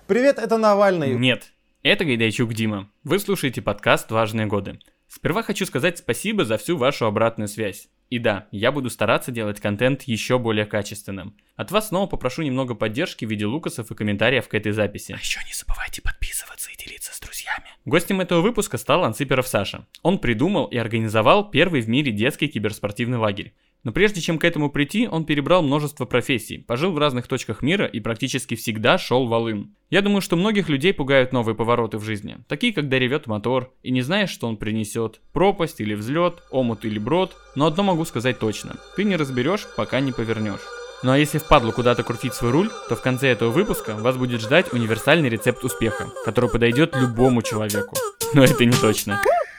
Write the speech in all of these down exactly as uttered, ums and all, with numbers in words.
Привет, это Навальный. Нет, это Гайдайчук Дима. Вы слушаете подкаст «Важные годы». Сперва хочу сказать спасибо за всю вашу обратную связь. И да, я буду стараться делать контент еще более качественным. От вас снова попрошу немного поддержки в виде лукасов и комментариев к этой записи. А еще не забывайте подписываться и делиться с друзьями. Гостем этого выпуска стал Анциперов Саша. Он придумал и организовал первый в мире детский киберспортивный лагерь. Но прежде чем к этому прийти, он перебрал множество профессий, пожил в разных точках мира и практически всегда шел волын. Я думаю, что многих людей пугают новые повороты в жизни, такие, когда ревет мотор, и не знаешь, что он принесет, пропасть или взлет, омут или брод, но одно могу сказать точно, ты не разберешь, пока не повернешь. Ну а если впадлу куда-то крутить свой руль, то в конце этого выпуска вас будет ждать универсальный рецепт успеха, который подойдет любому человеку. Но это не точно.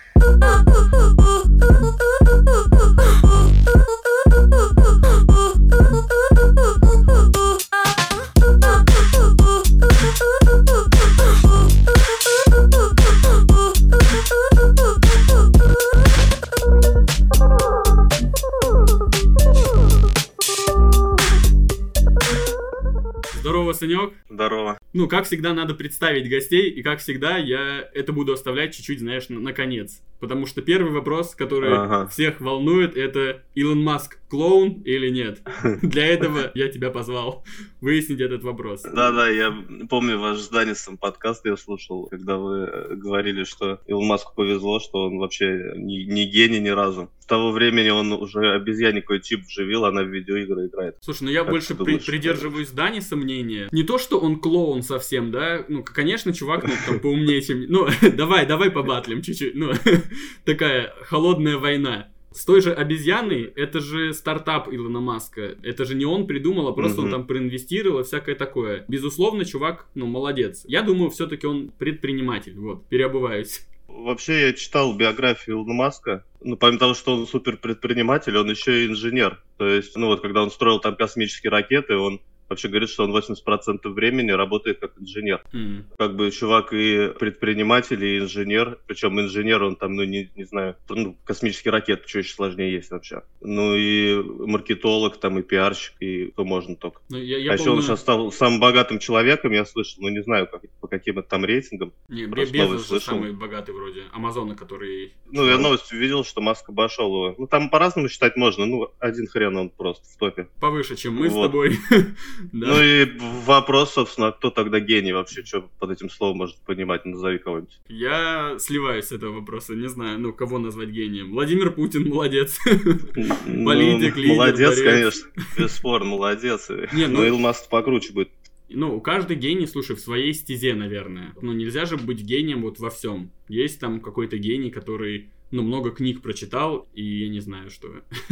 Здорово, Санек. Здорово. Ну, как всегда, надо представить гостей, и как всегда, я это буду оставлять чуть-чуть, знаешь, на, на конец. Потому что первый вопрос, который ага. всех волнует, это Илон Маск клоун или нет? Для этого я тебя позвал выяснить этот вопрос. Да-да, я помню ваш с Данисом подкаст, я слушал, когда вы говорили, что Илон Маску повезло, что он вообще не, не гений ни разу. С того времени он уже обезьяне какой чип вживил, она в видеоигры играет. Слушай, ну я как больше при, придерживаюсь Даниса мнения. Не то, что он клоун совсем, да? Ну, конечно, чувак, ну, там, поумнее, чем... Ну, давай, давай побатлим чуть-чуть. Ну, такая холодная война. С той же обезьяной, это же стартап Илона Маска. Это же не он придумал, а просто mm-hmm. он там проинвестировал и всякое такое. Безусловно, чувак, ну, молодец. Я думаю, все-таки он предприниматель. Вот, переобуваюсь. Вообще, я читал биографию Илона Маска. Ну, помимо того, что он супер предприниматель, он еще и инженер. То есть, ну вот, когда он строил там космические ракеты, он вообще говорит, что он восемьдесят процентов времени работает как инженер. Mm. Как бы чувак и предприниматель, и инженер. Причем инженер, он там, ну, не, не знаю, ну, космические ракеты, что еще сложнее есть вообще. Ну, и маркетолог, там, и пиарщик, и кто можно только. Ну, я, я а помню... еще он сейчас стал самым богатым человеком, я слышал, ну, не знаю, как, по каким там рейтингам. Не, Безос же самый богатый вроде, Амазона, который... Ну, я новость увидел, что Маск обошел его. Ну, там по-разному считать можно, ну, один хрен он просто в топе. Повыше, чем мы вот. С тобой. Да. Ну и вопрос, собственно, кто тогда гений вообще, что под этим словом может понимать, назови кого-нибудь. Я сливаюсь с этого вопроса, не знаю, ну, кого назвать гением. Владимир Путин, молодец. Политик, лидер, молодец, конечно, бесспорно, молодец. Но Илон Маск покруче будет. Ну, каждый гений, слушай, в своей стезе, наверное. Ну, нельзя же быть гением вот во всем. Есть там какой-то гений, который... ну, много книг прочитал, и я не знаю, что...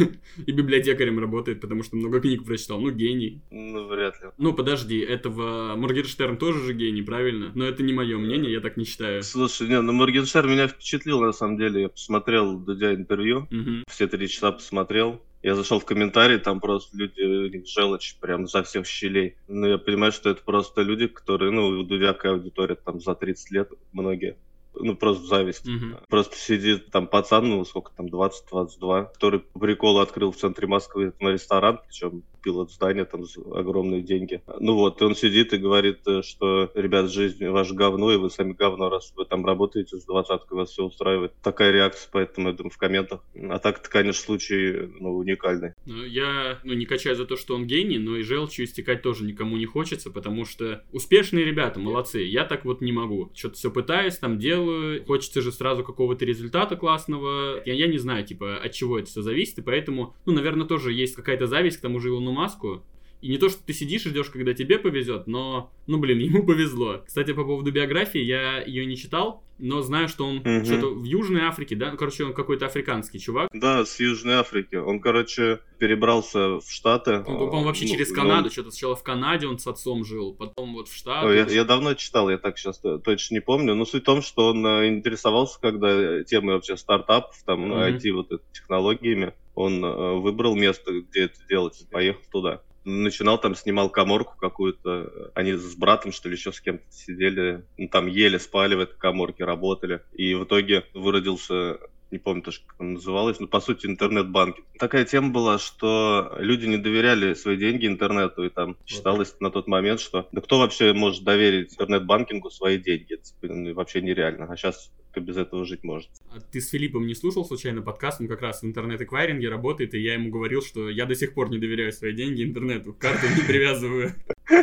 и библиотекарем работает, потому что много книг прочитал. Ну, гений. Ну, вряд ли. Ну, подожди, этого... Моргенштерн тоже же гений, правильно? Но это не мое мнение, я так не считаю. Слушай, не, ну, Моргенштерн меня впечатлил, на самом деле. Я посмотрел Дудя интервью, угу. все три часа посмотрел. Я зашел в комментарии, там просто люди, у них желчь прям за всех щелей. Ну, я понимаю, что это просто люди, которые, ну, у Дудя какая аудитория, там, за тридцать лет многие. Ну, просто зависть. Uh-huh. Просто сидит там пацан, ну, сколько там, двадцать-двадцать два, который по приколу открыл в центре Москвы там, ресторан, причем купил это здание там за огромные деньги. Ну вот, и он сидит и говорит, что, ребят, жизнь ваше говно, и вы сами говно, раз вы там работаете с двадцаткой, вас все устраивает. Такая реакция, поэтому, я думаю, в комментах. А так это, конечно, случай, ну, уникальный. Ну, я, ну, не качаю за то, что он гений, но и желчью истекать тоже никому не хочется, потому что успешные ребята, молодцы. Я так вот не могу. Что-то все пытаюсь, там делаю, хочется же сразу какого-то результата классного. Я, я не знаю, типа, от чего это все зависит, и поэтому, ну, наверное, тоже есть какая-то зависть к тому же Илону Маску. И не то, что ты сидишь и ждешь, когда тебе повезет, но, ну, блин, ему повезло. Кстати, по поводу биографии, я ее не читал, но знаю, что он угу. что-то в Южной Африке, да? Ну, короче, он какой-то африканский чувак. Да, с Южной Африки. Он, короче, перебрался в Штаты. Он, по-моему, вообще ну, через Канаду. Он... Что-то сначала в Канаде он с отцом жил, потом вот в Штаты. Ой, я, я давно читал, я так сейчас точно не помню. Но суть в том, что он интересовался, когда темой вообще стартапов, там, угу. ай ти, вот технологиями. Он выбрал место, где это делать, и поехал туда. Начинал там, снимал каморку какую-то, они с братом, что ли, еще с кем-то сидели, ну, там ели, спали в этой каморке, работали, и в итоге выродился не помню тоже, как она называлась, но по сути интернет-банкинг. Такая тема была, что люди не доверяли свои деньги интернету, и там считалось на тот момент, что да кто вообще может доверить интернет-банкингу свои деньги? Это ну, вообще нереально. А сейчас кто без этого жить может. А ты с Филиппом не слушал случайно подкаст? Он как раз в интернет-эквайринге работает, и я ему говорил, что я до сих пор не доверяю свои деньги интернету, карту не привязываю.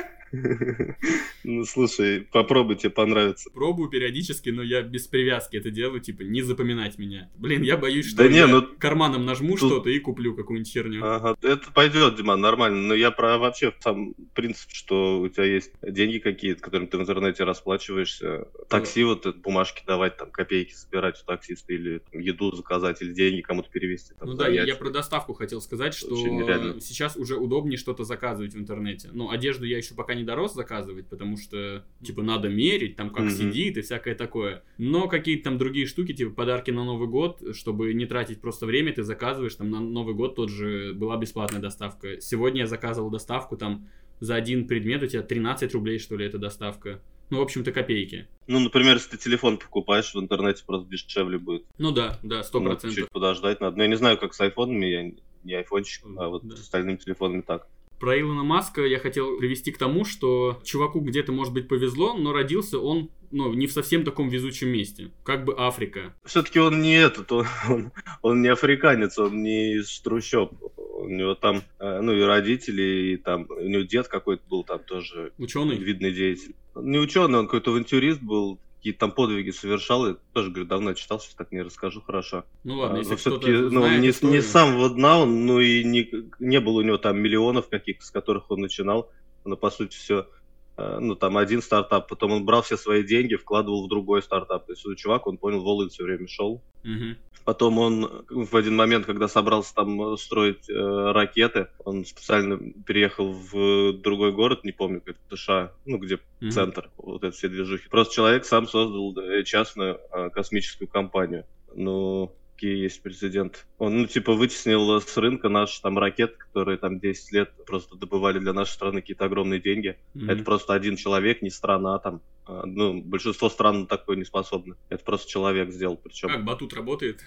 Ну, слушай, попробуй, тебе понравится. Пробую периодически, но я без привязки это делаю, типа, не запоминать меня. Блин, я боюсь, что да я не, ну, карманом нажму тут... что-то и куплю какую-нибудь херню. Ага, это пойдет, Диман, нормально. Но я про вообще сам принцип, что у тебя есть деньги какие-то, которыми ты в интернете расплачиваешься. Такси, вот бумажки давать, там, копейки собирать у таксиста, или там, еду заказать, или деньги кому-то перевести. Там, ну да, я, я про доставку хотел сказать, что сейчас уже удобнее что-то заказывать в интернете. Ну, одежду я еще пока не дорос заказывать, потому что, типа, надо мерить, там, как mm-hmm. сидит и всякое такое. Но какие-то там другие штуки, типа, подарки на Новый год, чтобы не тратить просто время, ты заказываешь, там, на Новый год тот же была бесплатная доставка. Сегодня я заказывал доставку, там, за один предмет у тебя тринадцать рублей, что ли, эта доставка. Ну, в общем-то, копейки. Ну, например, если ты телефон покупаешь, в интернете просто дешевле будет. Ну да, да, сто процентов. Ну, чуть подождать надо. Но я не знаю, как с айфонами, я не айфончик, а вот да. с остальными телефонами так. Про Илона Маска я хотел привести к тому, что чуваку где-то, может быть, повезло, но родился он, ну, не в совсем таком везучем месте, как бы Африка. Все-таки он не этот, он, он, он не африканец, он не из трущоб. У него там, ну, и родители, и там, у него дед какой-то был там тоже. Ученый? Видный деятель. Не ученый, он какой-то авантюрист был, какие-то там подвиги совершал, я тоже, говорю, давно читал, сейчас так не расскажу хорошо. Ну ладно, если а, кто-то все-таки, ну, знает не, историю... не с самого дна он, ну и не, не было у него там миллионов каких-то, с которых он начинал, но по сути все, ну там один стартап, потом он брал все свои деньги, вкладывал в другой стартап, то есть этот чувак, он понял, Волын все время шел. Угу. Потом он в один момент, когда собрался там строить э, ракеты, он специально переехал в другой город, не помню, как это США, ну, где mm-hmm. центр, вот это все движухи. Просто человек сам создал частную э, космическую компанию. Ну, какие есть прецеденты. Он, ну, типа, вытеснил с рынка наши там ракеты, которые там десять лет просто добывали для нашей страны какие-то огромные деньги. Mm-hmm. Это просто один человек, не страна там. Ну, большинство стран на такое не способны. Это просто человек сделал, причем. Как батут работает?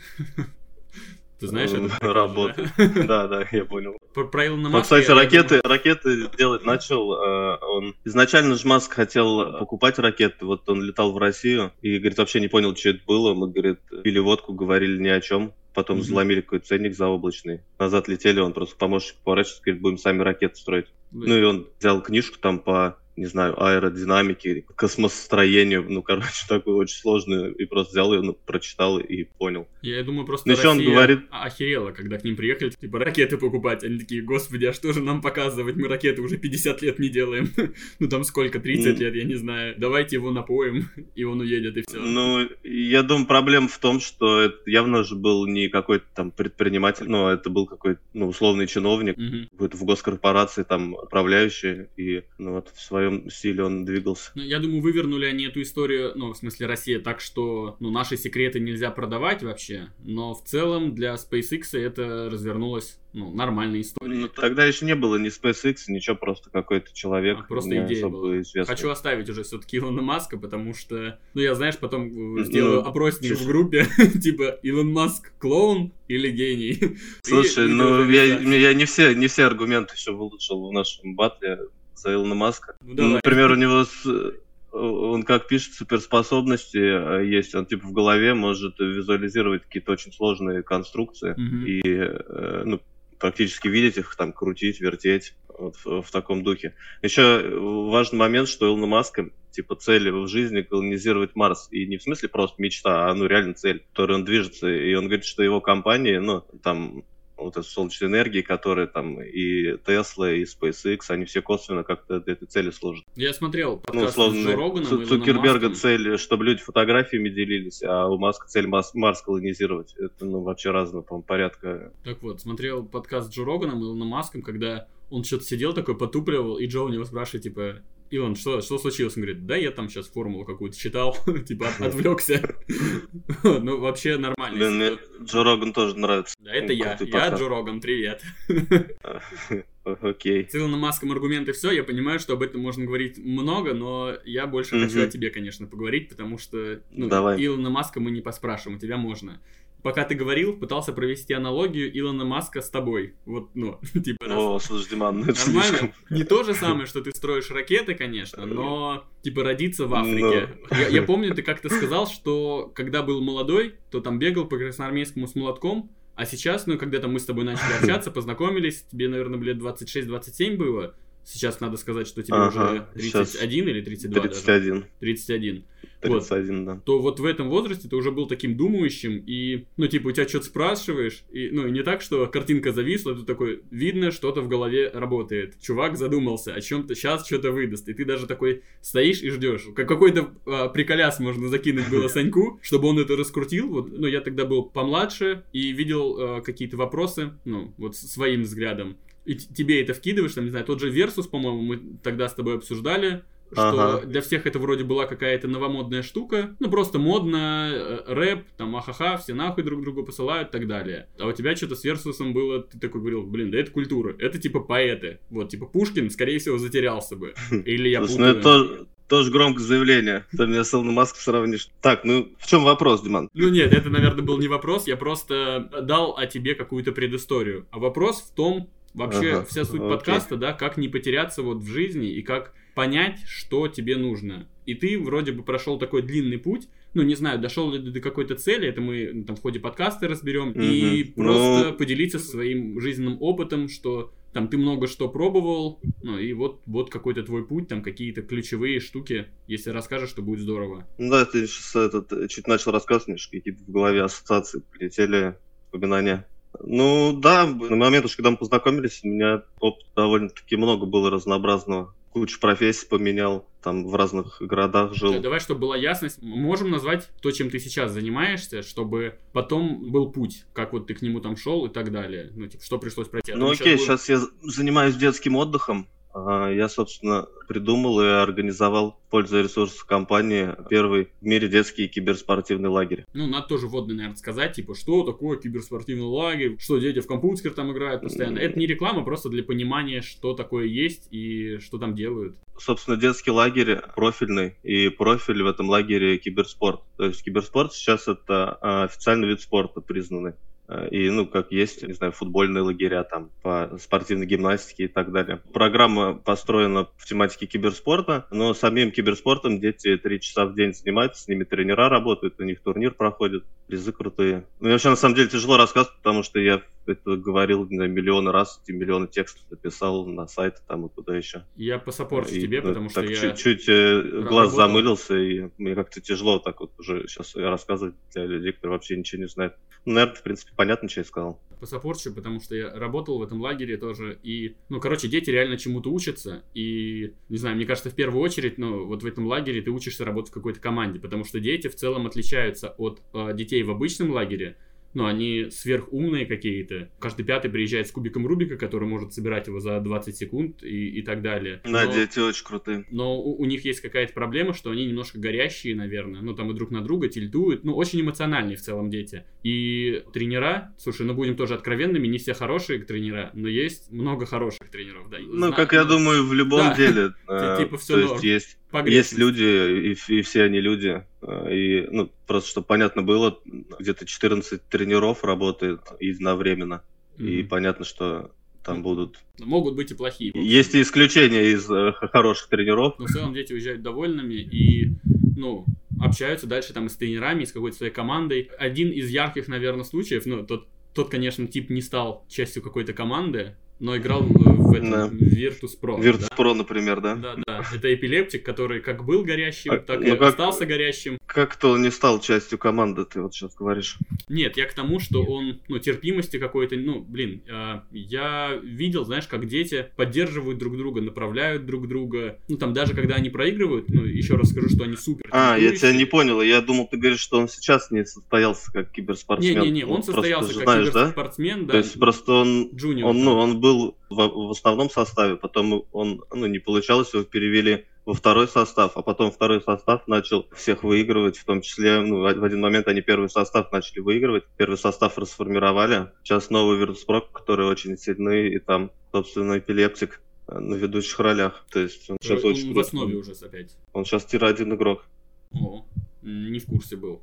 Ты знаешь, это работает. Да, да, я понял. Про Илона Маска. Кстати, ракеты, ракеты делать начал. Он изначально же Маск хотел покупать ракеты. Вот он летал в Россию и, говорит, вообще не понял, что это было. Мы, говорит, пили водку, говорили ни о чем. Потом mm-hmm. взломили какой-то ценник заоблачный. Назад летели, он просто помощник поворачивается, говорит, будем сами ракеты строить. Mm-hmm. Ну и он взял книжку там по, не знаю, аэродинамике, космостроению, ну, короче, такую очень сложную, и просто взял ее, ну, прочитал и понял. Я думаю, просто ну, Россия он говорит... охерела, когда к ним приехали, типа, ракеты покупать. Они такие, господи, а что же нам показывать? Мы ракеты уже пятьдесят лет не делаем. Ну, там сколько, тридцать лет, я не знаю. Давайте его напоим, и он уедет, и все. Ну, я думаю, проблема в том, что это явно же был не какой-то там предприниматель, но это был какой-то, ну, условный чиновник, mm-hmm. какой-то в госкорпорации там управляющий, и, ну, вот в своем стиле он двигался. Ну, я думаю, вывернули они эту историю, ну, в смысле Россия, так что, ну, наши секреты нельзя продавать вообще, но в целом для SpaceX это развернулось, ну, нормальная история. Ну, тогда еще не было ни SpaceX, ничего, просто какой-то человек. А, просто идея была. Известный. Хочу оставить уже все-таки Илона Маска, потому что, ну, я, знаешь, потом сделаю ну, опросник в группе, типа, Илон Маск клоун или гений? Слушай, ну, я, я не, все, не все аргументы еще улучшил в нашем батле за Илона Маска. Ну, ну, например, у него... С... Он, как пишет, суперспособности есть. Он, типа, в голове может визуализировать какие-то очень сложные конструкции mm-hmm. и, ну, практически видеть их, там, крутить, вертеть вот, в, в таком духе. Еще важный момент, что Илона Маска, типа, цель в жизни колонизировать Марс. И не в смысле просто мечта, а, ну, реально цель, к которой он движется. И он говорит, что его компании, ну, там... вот этой солнечной энергии, которые там и Tesla, и SpaceX, они все косвенно как-то для этой цели служат. Я смотрел подкаст ну, условно, с Джо Роганом и Цукерберга цель, чтобы люди фотографиями делились, а у Маска цель Марс колонизировать. Это, ну, вообще разного, по-моему, порядка. Так вот, смотрел подкаст с Джо Роганом и Илоном Маском, когда он что-то сидел такой, потупливал, и Джо у него спрашивает, типа... Илон, что, что случилось? Он говорит, да, я там сейчас формулу какую-то читал, типа, отвлекся. Ну, вообще нормально. Блин, мне Джо Роган тоже нравится. Да, это я. Я Джо Роган, привет. Окей. С Илоном Маском аргументы все, я понимаю, что об этом можно говорить много, но я больше хочу о тебе, конечно, поговорить, потому что Илона Маска мы не поспрашиваем, у тебя можно. пока ты говорил, пытался провести аналогию Илона Маска с тобой. Вот, ну, типа... О, слушай, Диман, ну это нормально. слишком. Не то же самое, что ты строишь ракеты, конечно, но, типа, родиться в Африке. Но... Я, я помню, ты как-то сказал, что когда был молодой, то там бегал по Красноармейскому с молотком, а сейчас, ну, когда там мы с тобой начали общаться, познакомились, тебе, наверное, лет двадцать шесть двадцать семь было. Сейчас надо сказать, что тебе ага, уже тридцать один или тридцать два тридцать один. Даже? тридцать один. тридцать один, вот. Да. То вот в этом возрасте ты уже был таким думающим, и, ну, типа, у тебя что-то спрашиваешь, и, ну, не так, что картинка зависла, ты такой, видно, что-то в голове работает. Чувак задумался о чем-то, сейчас что-то выдаст, и ты даже такой стоишь и ждешь. Как какой-то а, приколяс можно закинуть было Саньку, чтобы он это раскрутил. Вот, ну, я тогда был помладше и видел а, какие-то вопросы, ну, вот своим взглядом. И тебе это вкидываешь, там, не знаю, тот же Versus, по-моему, мы тогда с тобой обсуждали, что ага. для всех это вроде была какая-то новомодная штука, ну просто модно, э, рэп, там ахаха, все нахуй друг другу посылают и так далее. А у тебя что-то с Версусом было, ты такой говорил, блин, да это культура, это типа поэты. Вот, типа Пушкин, скорее всего, затерялся бы. Или я Слушай, путаю. Ну это тоже, тоже громкое заявление, ты меня с Илоном Маском сравнишь. Так, ну в чем вопрос, Диман? Ну нет, это, наверное, был не вопрос, я просто дал о тебе какую-то предысторию. А вопрос в том, вообще ага, вся суть окей. подкаста, да, как не потеряться вот в жизни и как понять, что тебе нужно. И ты вроде бы прошел такой длинный путь, ну, не знаю, дошел ли ты до какой-то цели, это мы там в ходе подкаста разберем, mm-hmm. и просто ну... поделиться своим жизненным опытом, что там ты много что пробовал, ну, и вот, вот какой-то твой путь, там какие-то ключевые штуки, если расскажешь, то будет здорово. Ну да, ты сейчас этот, чуть начал рассказывать, мне какие-то в голове ассоциации полетели, вспоминания. Ну да, на момент, когда мы познакомились, у меня опыт довольно-таки много было разнообразного. Кучу профессий поменял, там в разных городах жил. Давай, чтобы была ясность, можем назвать то, чем ты сейчас занимаешься, чтобы потом был путь, как вот ты к нему там шел и так далее. Ну, типа, что пришлось пройти. Ну окей, сейчас, сейчас я занимаюсь детским отдыхом. Я, собственно, придумал и организовал, пользуясь ресурсами компании, первый в мире детский киберспортивный лагерь. Ну, надо тоже вводно, наверное, сказать, типа, что такое киберспортивный лагерь, что дети в компьютер там играют постоянно. Это не реклама, просто для понимания, что такое есть и что там делают. Собственно, детский лагерь профильный, и профиль в этом лагере киберспорт. То есть киберспорт сейчас это официальный вид спорта признанный. И, ну, как есть, не знаю, футбольные лагеря там по спортивной гимнастике и так далее. Программа построена в тематике киберспорта, но самим киберспортом дети три часа в день занимаются, с ними тренера работают, у них турнир проходит, призы крутые. Ну, вообще, на самом деле, тяжело рассказывать, потому что я это говорил, не знаю, миллионы раз, эти миллионы текстов написал на сайты там и куда еще. Я посаппорчу и, тебе, ну, потому что я... чуть-чуть работал. Глаз замылился, и мне как-то тяжело так вот уже сейчас рассказывать для людей, которые вообще ничего не знают. Ну, наверное, в принципе, понятно, что я сказал. Посаппорчу, потому что я работал в этом лагере тоже, и, ну, короче, дети реально чему-то учатся, и, не знаю, мне кажется, в первую очередь, ну, вот в этом лагере ты учишься работать в какой-то команде, потому что дети в целом отличаются от э, детей в обычном лагере. Ну, они сверхумные какие-то. Каждый пятый приезжает с кубиком Рубика, который может собирать его за двадцать секунд и, и так далее. Да, но, дети очень крутые. Но у, у них есть какая-то проблема, что они немножко горящие, наверное. Ну, там и друг на друга тильтуют. Ну, очень эмоциональные в целом дети. И тренера, слушай, ну, будем тоже откровенными, не все хорошие тренера, но есть много хороших тренеров, да. Ну, Зна- как я ну, думаю, в любом да. деле. Типа все норм. Есть Есть люди, и, и все они люди. И, ну, просто, чтобы понятно было, где-то четырнадцать тренеров работает единовременно. Mm-hmm. И понятно, что там будут... Могут быть и плохие. Есть и исключения из э, хороших тренеров. Но в целом дети уезжают довольными и, ну, общаются дальше там и с тренерами, и с какой-то своей командой. Один из ярких, наверное, случаев, ну, тот, тот, конечно, тип не стал частью какой-то команды, но играл в этом да. Virtus.pro. Virtus.pro, да? например, да? Да, да. Это эпилептик, который как был горящим, а, так ну и как, остался горящим. Как-то он не стал частью команды, ты вот сейчас говоришь. Нет, я к тому, что он, ну, терпимости какой-то, ну, блин, э, я видел, знаешь, как дети поддерживают друг друга, направляют друг друга. Ну, там даже когда они проигрывают, ну, еще раз скажу, что они супер. А, я тебя не понял, я думал, ты говоришь, что он сейчас не состоялся как киберспортсмен. Не-не-не, он, он состоялся как знаешь, киберспортсмен, да? То есть просто он, Junior, он, ну, он был в, в основном составе, потом он, ну, не получалось, его перевели во второй состав, а потом второй состав начал всех выигрывать, в том числе, ну, в один момент они первый состав начали выигрывать, первый состав расформировали, сейчас новый Virtus.pro, которые очень сильны, и там, собственно, эпилептик на ведущих ролях, то есть он сейчас он очень... в основе уже опять. Он сейчас тир один игрок. О, не в курсе был.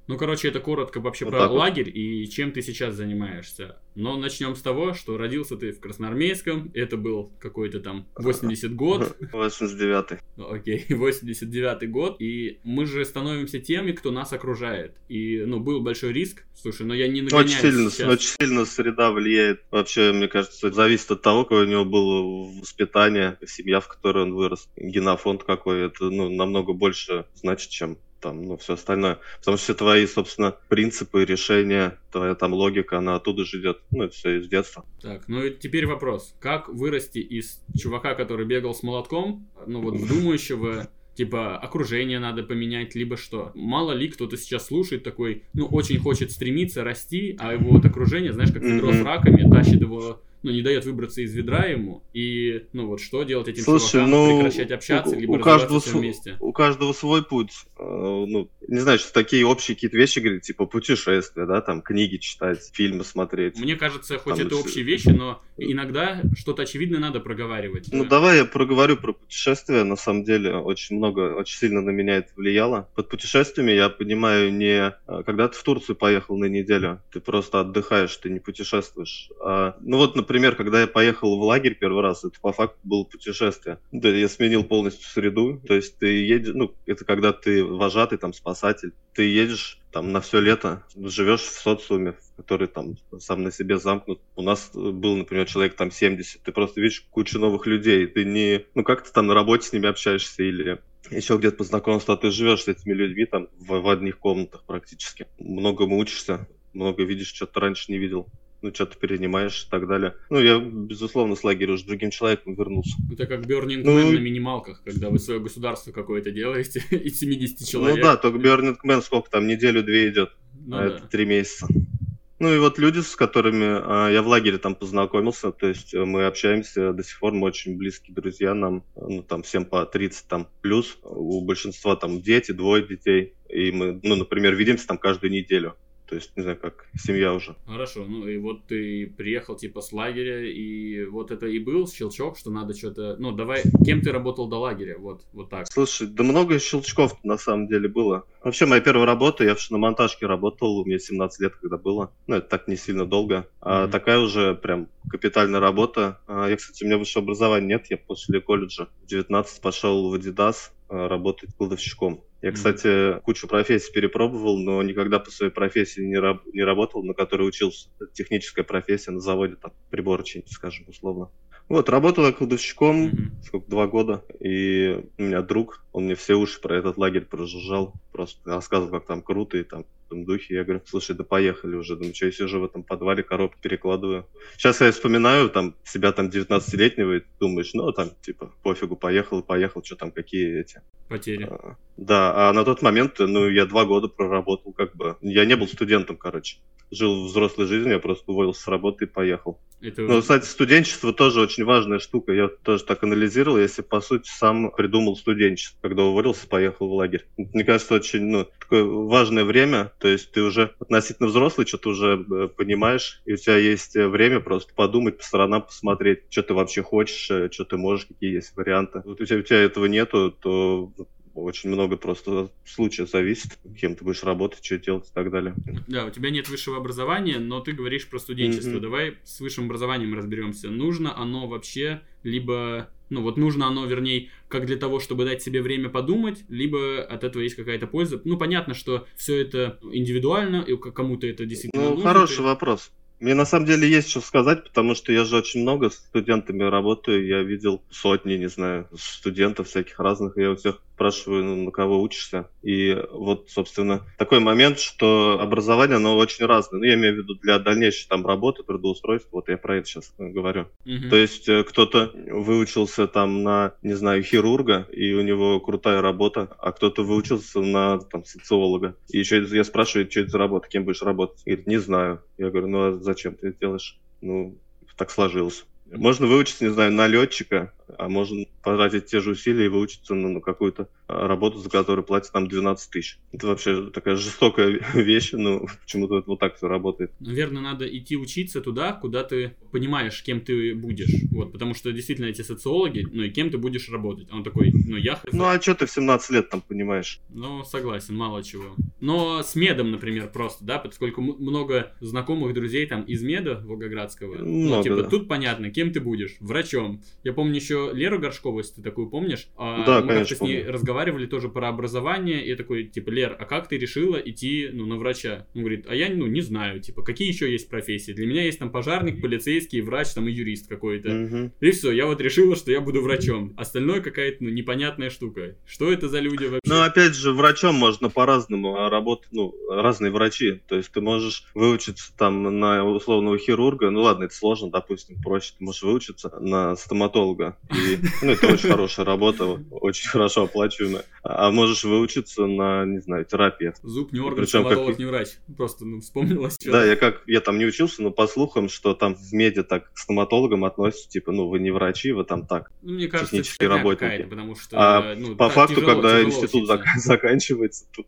Ну, короче, это коротко вообще вот про вот. лагерь и чем ты сейчас занимаешься. Но начнем с того, что родился ты в Красноармейском, это был какой-то там восемьдесят год. восемьдесят девятый. Окей, восемьдесят девятый год, и мы же становимся теми, кто нас окружает. И, ну, был большой риск, слушай, но я не нагоняюсь Очень сильно, сейчас. очень сильно среда влияет. Вообще, мне кажется, зависит от того, какое у него было воспитание, семья, в которой он вырос, генофонд какой. Это, ну, намного больше значит, чем там, ну, все остальное. Потому что все твои, собственно, принципы, решения, твоя там логика, она оттуда же идет. Ну, это все из детства. Так, ну и теперь вопрос. Как вырасти из чувака, который бегал с молотком, ну вот в думающего, типа, окружение надо поменять, либо что? Мало ли кто-то сейчас слушает такой, ну, очень хочет стремиться, расти, а его вот окружение, знаешь, как ведро с раками, тащит его, ну, не дает выбраться из ведра ему, и, ну, вот, что делать этим Слушай, чувакам? ну, Прекращать общаться, у, либо у развиваться каждого все св- вместе? У каждого свой путь. Э, ну, не знаю, что такие общие какие-то вещи говорить, типа путешествия, да, там, книги читать, фильмы смотреть. Мне кажется, хоть Там это еще- общие вещи, но иногда что-то очевидное надо проговаривать. Ну, да. давай я проговорю про путешествия. На самом деле, очень много, очень сильно на меня это влияло. Под путешествиями я понимаю не... а, Когда ты в Турцию поехал на неделю, ты просто отдыхаешь, ты не путешествуешь. А, ну вот, например, когда я поехал в лагерь первый раз, это по факту было путешествие. Да, я сменил полностью среду. То есть ты едешь... Ну, это когда ты вожатый, там, спасатель. Ты едешь там на все лето, живешь в социуме, который там сам на себе замкнут. У нас был, например, человек там семьдесят. Ты просто видишь кучу новых людей. Ты не... Ну, как ты там на работе с ними общаешься или еще где-то по знакомству, а ты живешь с этими людьми там в, в одних комнатах практически. Многому учишься, много видишь, что ты раньше не видел. Ну, что-то перенимаешь и так далее. Ну, я, безусловно, с лагеря уже другим человеком вернулся. Это как Burning Ну, Man на минималках, когда вы свое государство какое-то делаете из семидесяти человек. Ну да, только Burning Man сколько там, неделю-две идет, Ну а да. это три месяца. Ну и вот люди, с которыми а, я в лагере там познакомился, то есть э, мы общаемся до сих пор, мы очень близкие друзья, нам, ну там всем по тридцать там плюс, у большинства там дети, двое детей, и мы, ну, например, видимся там каждую неделю. То есть, не знаю, как семья уже. Хорошо, ну и вот ты приехал типа с лагеря, и вот это и был щелчок, что надо что-то... Ну, давай, кем ты работал до лагеря? Вот, вот так. Слушай, да много щелчков на самом деле было. Вообще, моя первая работа, я в шиномонтажке работал, мне семнадцать лет когда было. Ну, это так не сильно долго. А Мгм. такая уже прям капитальная работа. А, я, кстати, у меня высшего образования нет, я после колледжа в девятнадцать пошел в Adidas а, работать кладовщиком. Я, Мгм. кстати, кучу профессий перепробовал, но никогда по своей профессии не, раб- не работал, на которой учился. Это техническая профессия на заводе, там, прибор чинить, скажем, условно. Вот, работал я кладовщиком, Мгм. сколько, два года, и у меня друг, он мне все уши про этот лагерь прожужжал, просто рассказывал, как там круто, и там в том духе. Я говорю, слушай, да поехали уже, думаю, что я сижу в этом подвале, коробки перекладываю. Сейчас я вспоминаю там себя там девятнадцатилетнего, и думаешь, ну там, типа, пофигу, поехал, поехал, что там, какие эти... Потери. А, Да, а на тот момент, ну, я два года проработал, как бы, я не был студентом, короче. Жил взрослой жизнью, я просто уволился с работы и поехал. Это... Ну, кстати, студенчество тоже очень важная штука. Я тоже так анализировал. Я себе, по сути, сам придумал студенчество. Когда уволился, поехал в лагерь. Мне кажется, очень, ну, такое важное время. То есть ты уже относительно взрослый, что-то уже э, понимаешь, и у тебя есть э, время просто подумать, по сторонам посмотреть, что ты вообще хочешь, э, что ты можешь, какие есть варианты. Вот у тебя, у тебя этого нету, то очень много просто от случая зависит, кем ты будешь работать, что делать и так далее. Да, у тебя нет высшего образования, но ты говоришь про студенчество. Мгм. Давай с высшим образованием разберемся. Нужно оно вообще, либо... Ну вот нужно оно, вернее, как для того, чтобы дать себе время подумать, либо от этого есть какая-то польза. Ну, понятно, что все это индивидуально, и к- кому-то это действительно Ну, нужно. хороший Ты- вопрос. Мне на самом деле есть что сказать, потому что я же очень много с студентами работаю, я видел сотни, не знаю, студентов всяких разных, и я у всех спрашиваю, ну, на кого учишься. И вот, собственно, такой момент, что образование, оно очень разное. Ну, я имею в виду для дальнейшей там работы, трудоустройства, вот я про это сейчас говорю. Мгм. То есть э, кто-то выучился там на, не знаю, хирурга, и у него крутая работа, а кто-то выучился на там, социолога. И еще я спрашиваю, что это за работа, кем будешь работать? Говорит, не знаю. Я говорю, ну а зачем ты это делаешь? Ну, так сложилось. Можно выучиться, не знаю, на летчика, а можно потратить те же усилия и выучиться на, на какую-то а, работу, за которую платят там двенадцать тысяч. Это вообще такая жестокая вещь, но почему-то это вот так все работает. Наверное, надо идти учиться туда, куда ты понимаешь, кем ты будешь. Вот, потому что действительно эти социологи, ну и кем ты будешь работать. А он такой, ну я хз. Ну а что ты в семнадцать лет там понимаешь? Ну, согласен, мало чего. Но с медом, например, просто, да, поскольку много знакомых друзей там из меда волгоградского. Много, ну, типа, да. тут понятно, кем ты будешь, врачом. Я помню еще Леру Горшкову, если ты такую помнишь. Да, мы конечно, как-то с ней помню. разговаривали тоже про образование, и я такой, типа, Лер, а как ты решила идти, ну, на врача? Он говорит, а я, ну, не знаю, типа, какие еще есть профессии? Для меня есть там пожарник, полицейский, врач, там, и юрист какой-то. Мгм. И все, я вот решила, что я буду врачом. Остальное какая-то, ну, непонятная штука. Что это за люди вообще? Ну, опять же, врачом можно по-разному работать, ну, разные врачи. То есть ты можешь выучиться там на условного хирурга, ну ладно, это сложно, допустим, проще, ты можешь выучиться на стоматолога. И, ну, это очень хорошая работа, очень хорошо оплачиваемая. А можешь выучиться на, не знаю, терапевта. Зуб не орган, Причем как- стоматолог не врач. Просто, ну, вспомнилось что-то. Да, я как я там не учился, но по слухам, что там в меди так к стоматологам относятся, типа, ну, вы не врачи, вы там так. Ну, мне кажется, это технические фигня работники. какая-то, потому что, А ну, По так факту, тяжело- когда тяжело институт учиться. зак- заканчивается, тут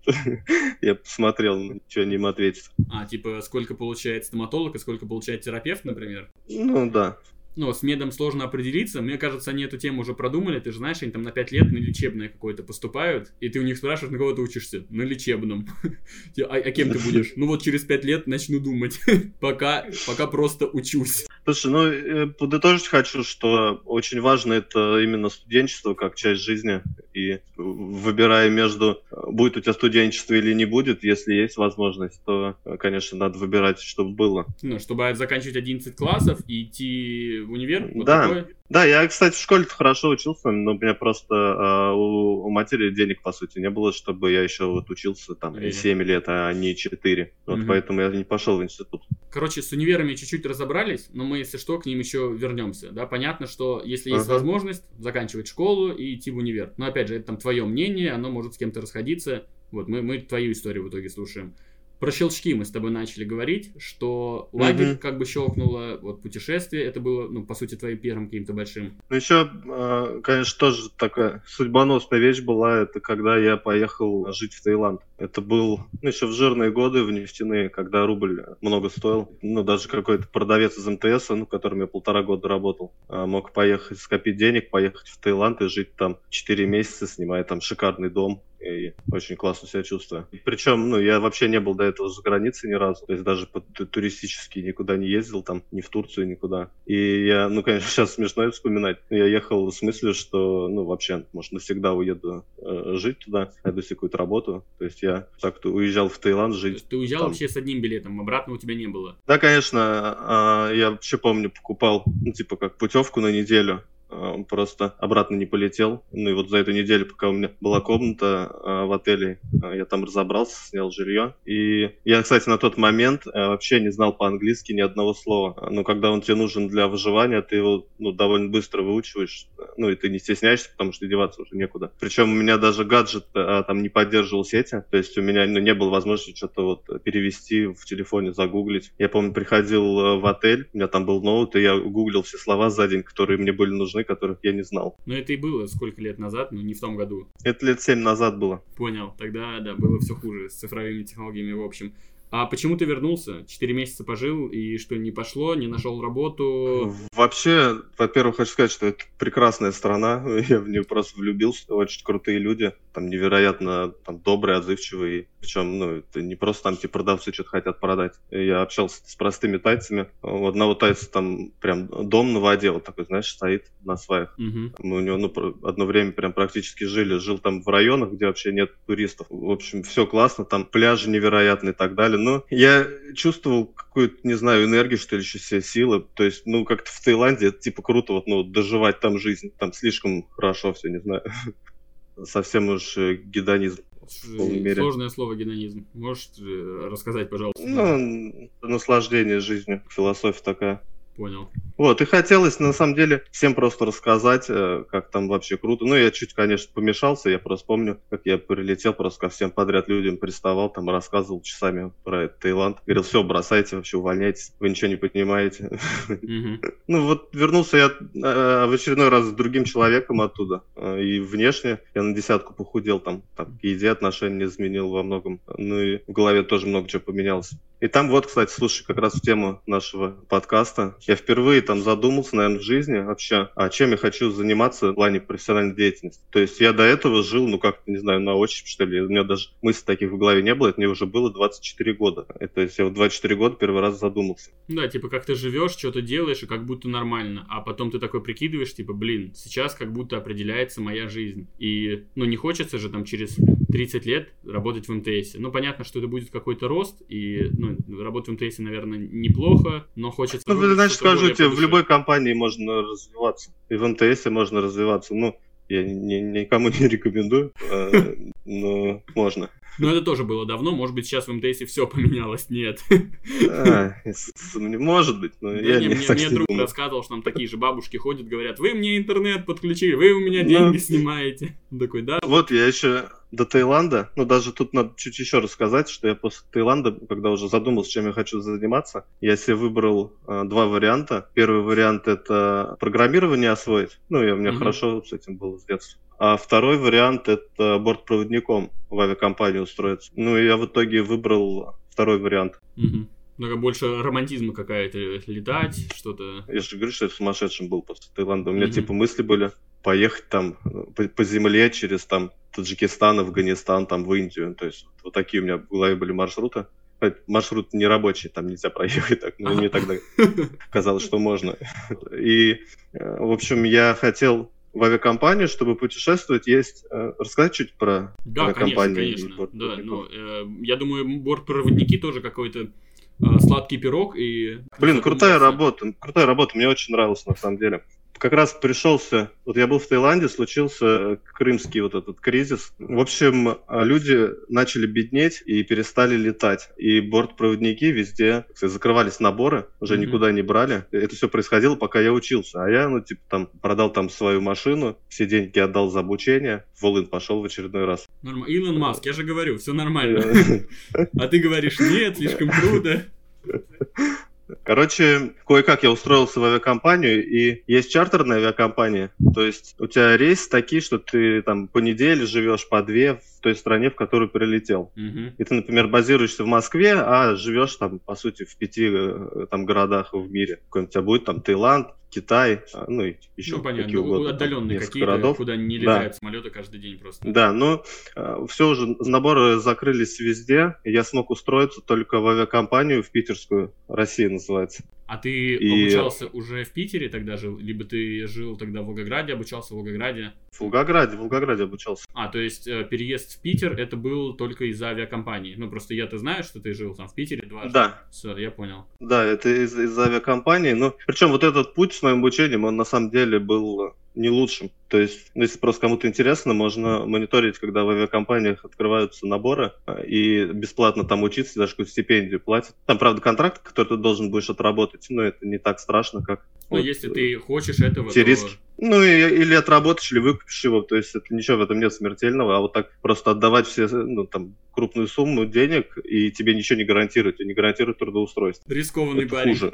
я посмотрел, ничего не им ответить. А, типа, сколько получает стоматолог и сколько получает терапевт, например? Ну, да. Ну, с медом сложно определиться. Мне кажется, они эту тему уже продумали. Ты же знаешь, они там на пять лет на лечебное какое-то поступают, и ты у них спрашиваешь, на кого ты учишься? На лечебном. А, а кем ты будешь? Ну вот через пять лет начну думать. пока, пока просто учусь. Слушай, ну, э, подытожить хочу, что очень важно это именно студенчество как часть жизни. И выбирая между, будет у тебя студенчество или не будет, если есть возможность, то, конечно, надо выбирать, чтобы было. Ну, чтобы заканчивать одиннадцать классов и идти в универ. Вот Да. такое. Да, я, кстати, в школе-то хорошо учился, но у меня просто э, у, у матери денег, по сути, не было, чтобы я еще вот учился там Или- семь лет, а не четыре. Вот Мгм. поэтому я не пошел в институт. Короче, с универами чуть-чуть разобрались, но мы, если что, к ним еще вернемся. Да, понятно, что если есть Ага. возможность заканчивать школу и идти в универ. Но опять же, это там твое мнение, оно может с кем-то расходиться. Вот мы, мы твою историю в итоге слушаем. Про щелчки мы с тобой начали говорить, что лагерь Мгм. как бы щелкнуло, вот путешествие, это было, ну, по сути, твоим первым каким-то большим. Ну, еще, э, конечно, тоже такая судьбоносная вещь была, это когда я поехал жить в Таиланд. Это был, ну, еще в жирные годы, в нефтяные, когда рубль много стоил. Ну, даже какой-то продавец из эм тэ эс, ну, которым я полтора года работал, э, мог поехать, скопить денег, поехать в Таиланд и жить там четыре месяца, снимая там шикарный дом. И очень классно себя чувствую. Причем, ну, я вообще не был до этого за границей ни разу. То есть даже по ту- туристически никуда не ездил, там, ни в Турцию, никуда. И я, ну, конечно, сейчас смешно это вспоминать. Я ехал в смысле, что, ну, вообще, может, навсегда уеду э, жить туда, найду себе какую-то работу. То есть я так-то уезжал в Таиланд То жить. есть ты уезжал там. вообще с одним билетом, обратно у тебя не было. Да, конечно, а, я вообще помню, покупал, ну, типа, как путевку на неделю, а, просто обратно не полетел. Ну, и вот за эту неделю, пока у меня была комната а, в отеле, а, я там разобрался, снял жилье. И я, кстати, на тот момент а, вообще не знал по-английски ни одного слова. Но когда он тебе нужен для выживания, ты его, ну, довольно быстро выучиваешь. Ну, и ты не стесняешься, потому что деваться уже некуда. Причем у меня даже гаджет а, там не поддерживал сети. То есть у меня, ну, не было возможности что-то вот перевести в телефоне, загуглить. Я помню, приходил а, в отель, у меня там был ноут, и я гуглил все слова за день, которые мне были нужны, которых я не знал. Но это и было сколько лет назад, но не в том году. Это лет семь назад было. Понял, тогда, да, было все хуже с цифровыми технологиями в общем. А почему ты вернулся? Четыре месяца пожил, и что, не пошло, не нашел работу? Вообще, во-первых, хочу сказать, что это прекрасная страна. Я в нее просто влюбился. Очень крутые люди. Там невероятно там, добрые, отзывчивые. Причем, ну, это не просто там те продавцы что-то хотят продать. Я общался с простыми тайцами. У одного тайца там прям дом на воде, вот такой, знаешь, стоит на сваях. Угу. Мы у него ну, про- одно время прям практически жили. Жил там в районах, где вообще нет туристов. В общем, все классно. Там пляжи невероятные и так далее. Но я чувствовал какую-то, не знаю, энергию, что ли, еще себе силы. То есть, ну, как-то в Таиланде это типа круто, вот, ну, доживать там жизнь. Там слишком хорошо все, не знаю. Совсем уж э, гедонизм. полной мере. Сложное слово гедонизм. Можешь э, рассказать, пожалуйста? Ну, наслаждение жизнью. Философия такая. Понял. Вот, и хотелось, на самом деле, всем просто рассказать, э, как там вообще круто. Ну, я чуть, конечно, помешался, я просто помню, как я прилетел просто ко всем подряд людям, приставал, там, рассказывал часами про этот Таиланд. Говорил, все, бросайте, вообще увольняйтесь, вы ничего не понимаете. Мгм. Ну, вот вернулся я э, в очередной раз с другим человеком оттуда. Э, И внешне я на десятку похудел, там, там к еде отношения изменил во многом. Ну, и в голове тоже много чего поменялось. И там вот, кстати, слушай, как раз в тему нашего подкаста. я впервые там задумался, наверное, в жизни вообще, а чем я хочу заниматься в плане профессиональной деятельности. То есть я до этого жил, ну как-то, не знаю, на ощупь, что ли. У меня даже мыслей таких в голове не было, это мне уже было двадцать четыре года. То есть я в двадцать четыре года первый раз задумался. Да, типа как ты живешь, что-то делаешь, и как будто нормально. А потом ты такой прикидываешь, типа, блин, сейчас как будто определяется моя жизнь. И, ну, не хочется же там через тридцать лет работать в эм тэ эсе. Ну, понятно, что это будет какой-то рост, и, ну, работать в эм тэ эсе, наверное, неплохо, но хочется... Ну, значит, скажу тебе, в любой компании можно развиваться. И в эм тэ эсе можно развиваться. Ну, я ни, никому не рекомендую, но можно. Но это тоже было давно, может быть, сейчас в эм тэ эсе все поменялось, нет. А, может быть, но да я не, не мне, так мне не друг думаю. рассказывал, что там такие же бабушки ходят, говорят, вы мне интернет подключили, вы у меня деньги ну, снимаете. Он такой, да. Вот я еще до Таиланда, ну даже тут надо чуть еще рассказать, что я после Таиланда, когда уже задумался, чем я хочу заниматься, я себе выбрал э, два варианта. Первый вариант — это программирование освоить, ну и у меня mm-hmm. хорошо с этим было с детства. А второй вариант — это бортпроводником в авиакомпанию устроиться. Ну и я в итоге выбрал второй вариант. Mm-hmm. Ну, больше романтизма какая-то, летать, что-то... Я же говорю, что я сумасшедшим был после Таиланда. У меня mm-hmm. типа мысли были поехать там по, по земле через там Таджикистан, Афганистан, там в Индию. То есть вот такие у меня в голове были маршруты. Маршрут не рабочий, там нельзя проехать так, но мне тогда казалось, что можно. И, в общем, я хотел в авиакомпанию, чтобы путешествовать, есть... Рассказать чуть про да, авиакомпанию? Конечно, конечно. Да, ну, э, я думаю, бортпроводники тоже какой-то э, сладкий пирог. И... Блин, крутая работа, крутая работа, мне очень нравилась на самом деле. Как раз пришелся, вот я был в Таиланде, случился крымский вот этот кризис. В общем, люди начали беднеть и перестали летать. И бортпроводники везде закрывались наборы, уже mm-hmm. никуда не брали. Это все происходило, пока я учился. А я, ну, типа, там, продал там свою машину, все деньги отдал за обучение, в Волынь пошел в очередной раз. Нормально. Илон Маск, я же говорю, все нормально. А ты говоришь, нет, слишком круто. Короче, кое-как я устроился в авиакомпанию, и есть чартерная авиакомпания, то есть у тебя рейсы такие, что ты там по неделе живешь по две в той стране, в которую прилетел. Uh-huh. И ты, например, базируешься в Москве, а живешь там, по сути, в пяти там городах в мире. Какой-нибудь у тебя будет там Таиланд, Китай, ну и еще ну, понятно. какие угодно. Отдаленные там, какие-то, городов. Куда не летают да. самолеты каждый день просто. Да, но э, все уже, наборы закрылись везде, и я смог устроиться только в авиакомпанию, в питерскую, Россия называется. А ты и... обучался уже в Питере тогда жил? Либо ты жил тогда в Волгограде, обучался в Волгограде? В Волгограде, в Волгограде обучался. А, то есть э, переезд в Питер это был только из-за авиакомпании? Ну, просто я-то знаю, что ты жил там в Питере дважды. Да. Все, я понял. Да, это из- из-за авиакомпании. Ну, причем вот этот путь с моим обучением, он на самом деле был не лучшим. То есть, ну, если просто кому-то интересно, можно мониторить, когда в авиакомпаниях открываются наборы, и бесплатно там учиться, даже какую-то стипендию платят. Там, правда, контракт, который ты должен будешь отработать, но это не так страшно, как... Ну, вот, если ты хочешь этого, те то... риски. Ну, и, или отработаешь, или выкупишь его, то есть это ничего в этом нет смертельного, а вот так просто отдавать все, ну, там, крупную сумму денег, и тебе ничего не гарантирует, и не гарантирует трудоустройство. Рискованный парень. Хуже.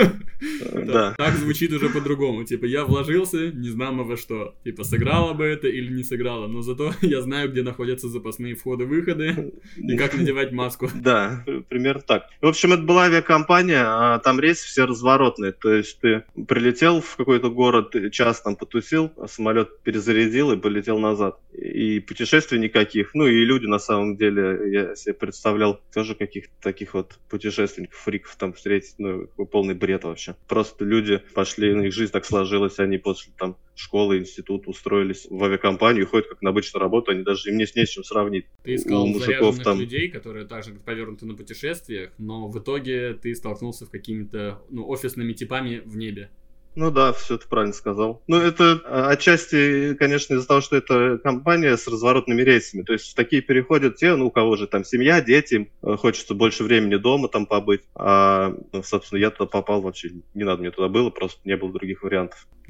Да. Так звучит уже по-другому, типа, я вложился, не знамо во что, типа, сыграло бы это или не сыграло, но зато я знаю, где находятся запасные входы-выходы, и как надевать маску. Да, примерно так. В общем, это была авиакомпания, а там рейсы все разворотные, то есть ты прилетел в какой-то город, час там потусил, а самолет перезарядил и полетел назад. И путешествий никаких. Ну и люди, на самом деле, я себе представлял тоже каких-то таких вот путешественников, фриков там встретить, ну, полный бред вообще. Просто люди пошли, ну, их жизнь так сложилась, они после там школы, института устроились в авиакомпанию, ходят как на обычную работу, они даже, им не с чем сравнить. Ты искал заряженных там... людей, которые также повернуты на путешествиях, но в итоге ты столкнулся с какими-то, ну, офисными типами в небе. Ну да, все ты правильно сказал. Ну это отчасти, конечно, из-за того, что это компания с разворотными рейсами. То есть в такие переходят те, ну у кого же там семья, дети, хочется больше времени дома там побыть. А, ну, собственно, я туда попал вообще, не надо мне туда было, просто не было других вариантов.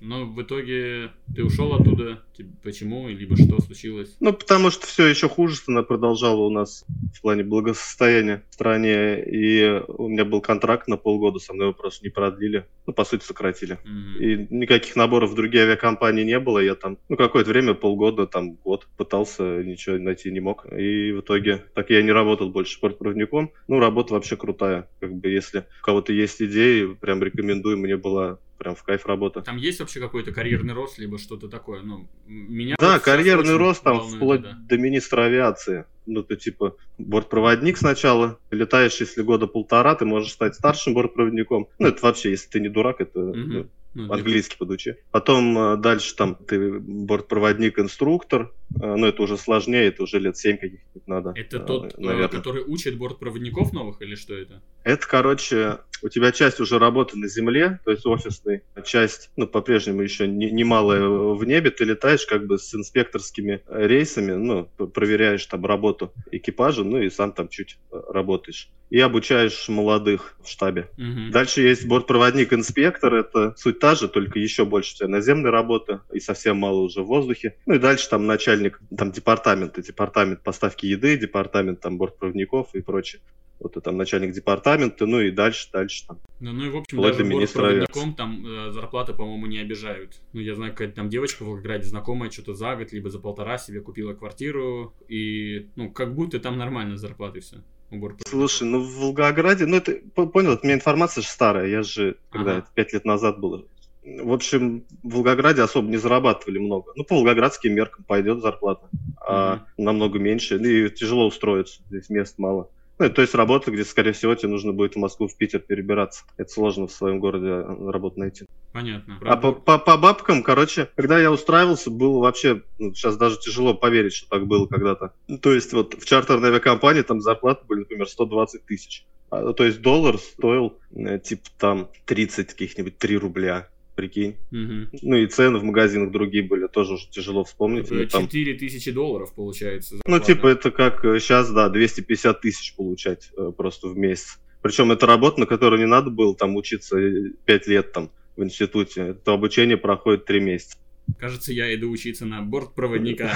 Но в итоге ты ушел оттуда. Почему? Либо что случилось? Ну, потому что все еще хуже продолжало у нас в плане благосостояния в стране. И у меня был контракт на полгода, со мной его просто не продлили. Ну, по сути, сократили. Mm-hmm. И никаких наборов в другие авиакомпании не было. Я там, ну, какое-то время, полгода, там, год пытался, ничего найти не мог. И в итоге так я не работал больше бортпроводником. Ну, работа вообще крутая. Как бы, если у кого-то есть идеи, прям рекомендую. Мне была прям в кайф работа. Там есть вообще какой-то карьерный рост, либо что-то такое? Ну, меня да, вот карьерный рост там вплоть да. до министра авиации. Ну, ты типа бортпроводник сначала, летаешь, если года полтора, ты можешь стать старшим бортпроводником. Ну, это вообще, если ты не дурак, это угу. ну, ну, английский это... подучи. Потом дальше там ты бортпроводник-инструктор. Ну, это уже сложнее, это уже лет семь каких-нибудь надо. Это тот, наверное. который учит бортпроводников новых, или что это? Это, короче, у тебя часть уже работы на земле, то есть офисная часть, ну, по-прежнему еще немалая не в небе, ты летаешь как бы с инспекторскими рейсами, ну, проверяешь там работу экипажа, ну, и сам там чуть работаешь. И обучаешь молодых в штабе. Угу. Дальше есть бортпроводник-инспектор, это суть та же, только еще больше у тебя наземной работы, и совсем мало уже в воздухе. Ну, и дальше там начальник там департамента, департамент поставки еды, департамент там бортпроводников и прочее. Вот и там начальник департамента, ну и дальше, дальше там. Ну, ну и в общем, даже бортпроводником там э, зарплаты, по-моему, не обижают. Ну, я знаю, какая-то там девочка в Волгограде знакомая, что-то за год, либо за полтора себе купила квартиру, и, ну, как будто там нормально зарплаты все. Слушай, ну в Волгограде, ну это, понял, у меня информация же старая, я же, когда ага. это пять лет назад было. В общем, в Волгограде особо не зарабатывали много. Ну, по волгоградским меркам пойдет зарплата, а mm-hmm. намного меньше. И тяжело устроиться, здесь мест мало. Ну, то есть работа, где, скорее всего, тебе нужно будет в Москву, в Питер перебираться. Это сложно в своем городе работу найти. Понятно. А по, по, по бабкам, короче, когда я устраивался, было вообще, ну, сейчас даже тяжело поверить, что так было когда-то. То есть вот в чартерной авиакомпании там зарплаты были, например, сто двадцать тысяч. А, то есть доллар стоил э, типа там тридцать каких-нибудь три рубля. Прикинь. Угу. Ну и цены в магазинах другие были, тоже уже тяжело вспомнить. четыре тысячи долларов получается. Зарплата. Ну типа это как сейчас, да, двести пятьдесят тысяч получать э, просто в месяц. Причем это работа, на которую не надо было там учиться пять лет там в институте. Это обучение проходит три месяца. Кажется, я иду учиться на бортпроводника.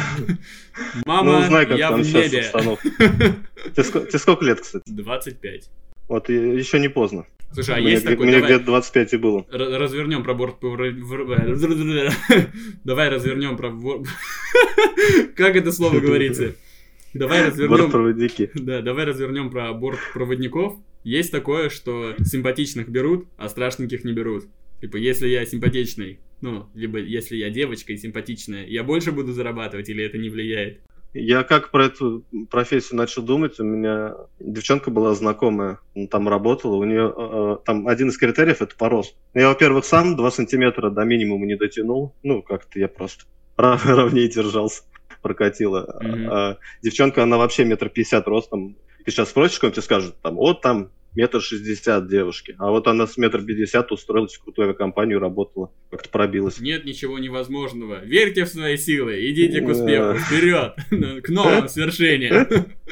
Мама, я в небе. Тебе сколько лет, кстати? двадцать пять. Вот еще не поздно. Слушай, а мне, есть такой... Мне давай... где-то двадцать пять и было. Развернем про борт... Давай развернем про... Как это слово говорится? Давай развернем... Бортпроводники. Да, давай развернем про бортпроводников. Есть такое, что симпатичных берут, а страшненьких не берут. Типа, если я симпатичный, ну, либо если я девочка и симпатичная, я больше буду зарабатывать или это не влияет? Я как про эту профессию начал думать, у меня девчонка была знакомая, там работала, у нее э, там один из критериев — это по росту. Я, во-первых, сам два сантиметра до минимума не дотянул, ну, как-то я просто ровнее держался, прокатила. Mm-hmm. А, а девчонка, она вообще метр пятьдесят ростом. Ты сейчас спросишь, кому тебе скажут, там, вот там метр шестьдесят девушки. А вот она с метр пятьдесят устроилась в крутую авиакомпанию, работала, как-то пробилась. Нет ничего невозможного. Верьте в свои силы, идите к успеху, вперед, к новым свершениям.